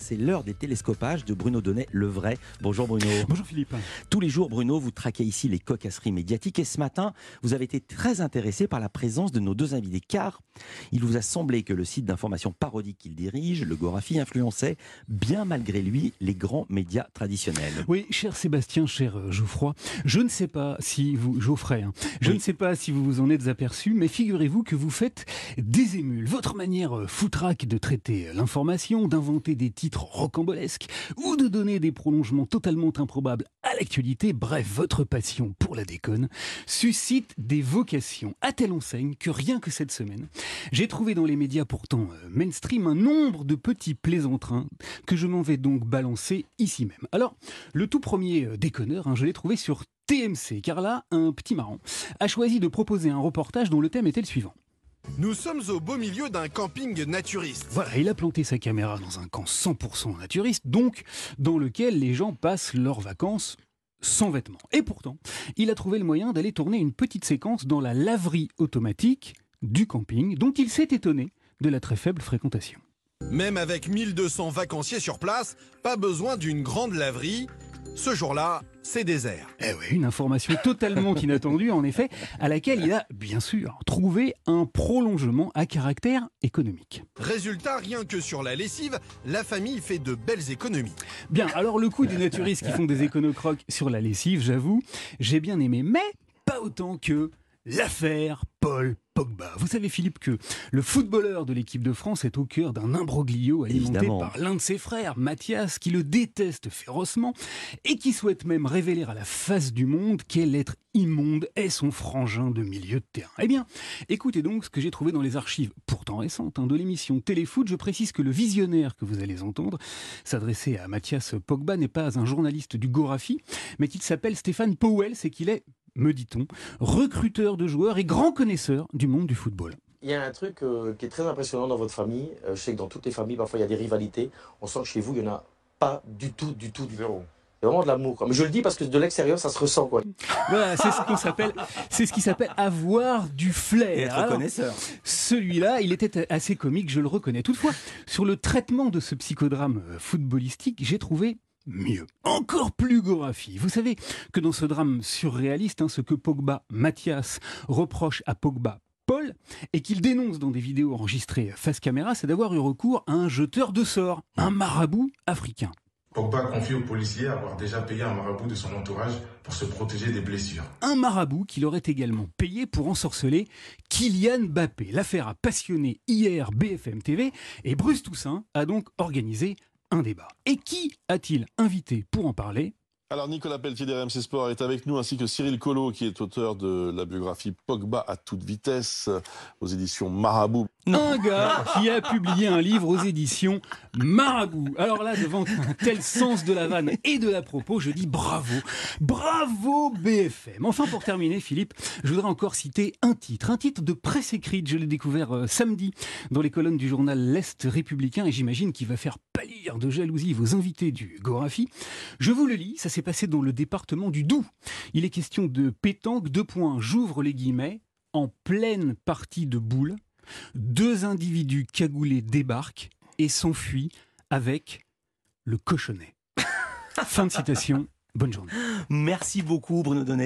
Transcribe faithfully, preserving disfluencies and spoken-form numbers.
c'est l'heure des télescopages de Bruno Donnet-Levray. Bonjour Bruno. Bonjour Philippe. Tous les jours, Bruno, vous traquez ici les cocasseries médiatiques et ce matin, vous avez été très intéressé par la présence de nos deux invités car il vous a semblé que le site d'information parodique qu'il dirige, le Gorafi, influençait bien malgré lui les grands médias traditionnels. Oui, cher Sébastien, cher Geoffroy, je ne sais pas si vous, Geoffrey, hein, je oui. ne sais pas si vous vous en êtes aperçu, mais figurez-vous que vous faites des émules. Votre manière foutraque de traiter l'information, d'inventer des titres rocambolesques ou de donner des prolongements totalement improbables à l'actualité, bref, votre passion pour la déconne, suscite des vocations à telle enseigne que rien que cette semaine, j'ai trouvé dans les médias pourtant mainstream un nombre de petits plaisantrins que je m'en vais donc balancer ici même. Alors, le tout premier déconneur, hein, je l'ai trouvé sur T M C, car là, un petit marrant a choisi de proposer un reportage dont le thème était le suivant. Nous sommes au beau milieu d'un camping naturiste. Voilà, il a planté sa caméra dans un camp cent pour cent naturiste, donc dans lequel les gens passent leurs vacances sans vêtements. Et pourtant, il a trouvé le moyen d'aller tourner une petite séquence dans la laverie automatique du camping, dont il s'est étonné de la très faible fréquentation. Même avec mille deux cents vacanciers sur place, pas besoin d'une grande laverie. Ce jour-là, c'est désert. Eh oui, une information totalement inattendue, en effet, à laquelle il a, bien sûr, trouvé un prolongement à caractère économique. Résultat, rien que sur la lessive, la famille fait de belles économies. Bien, alors le coup des naturistes qui font des éconocroques sur la lessive, j'avoue, j'ai bien aimé, mais pas autant que l'affaire Paul Pogba. Vous savez, Philippe, que le footballeur de l'équipe de France est au cœur d'un imbroglio alimenté Évidemment. par l'un de ses frères, Mathias, qui le déteste férocement et qui souhaite même révéler à la face du monde quel être immonde est son frangin de milieu de terrain. Eh bien, écoutez donc ce que j'ai trouvé dans les archives, pourtant récentes, hein, de l'émission Téléfoot. Je précise que le visionnaire que vous allez entendre s'adresser à Mathias Pogba n'est pas un journaliste du Gorafi, mais qu'il s'appelle Stéphane Powell, c'est qu'il est, me dit-on, recruteur de joueurs et grand connaisseur du monde du football. Il y a un truc euh, qui est très impressionnant dans votre famille. Euh, je sais que dans toutes les familles, parfois, il y a des rivalités. On sent que chez vous, il n'y en a pas du tout, du tout, du zéro. C'est vraiment de l'amour, quoi. Mais je le dis parce que de l'extérieur, ça se ressent, quoi. Voilà, c'est ce qu'on s'appelle, c'est ce qui s'appelle avoir du flair. Et être Alors, connaisseur. Celui-là, il était assez comique, je le reconnais. Toutefois, sur le traitement de ce psychodrame footballistique, j'ai trouvé mieux, encore plus Gorafi. Vous savez que dans ce drame surréaliste, hein, ce que Pogba Mathias reproche à Pogba Paul et qu'il dénonce dans des vidéos enregistrées face caméra, c'est d'avoir eu recours à un jeteur de sorts, un marabout africain. Pogba confie aux policiers avoir déjà payé un marabout de son entourage pour se protéger des blessures. Un marabout qu'il aurait également payé pour ensorceler Kylian Mbappé. L'affaire a passionné hier B F M T V et Bruce Toussaint a donc organisé un débat. Et qui a-t-il invité pour en parler ? Alors Nicolas Pelletier d'R M C Sport est avec nous, ainsi que Cyril Collot, qui est auteur de la biographie Pogba à toute vitesse, aux éditions Marabout. Un gars qui a publié un livre aux éditions Marabout. Alors là, devant un tel sens de la vanne et de la propos, je dis bravo. Bravo B F M. Enfin, pour terminer, Philippe, je voudrais encore citer un titre. Un titre de presse écrite. Je l'ai découvert euh, samedi dans les colonnes du journal L'Est républicain et j'imagine qu'il va faire pâlir de jalousie vos invités du Gorafi. Je vous le lis, ça s'est passé dans le département du Doubs. Il est question de pétanque, deux points, j'ouvre les guillemets, en pleine partie de boules. Deux individus cagoulés débarquent et s'enfuient avec le cochonnet. Fin de citation. Bonne journée. Merci beaucoup Bruno Donnet.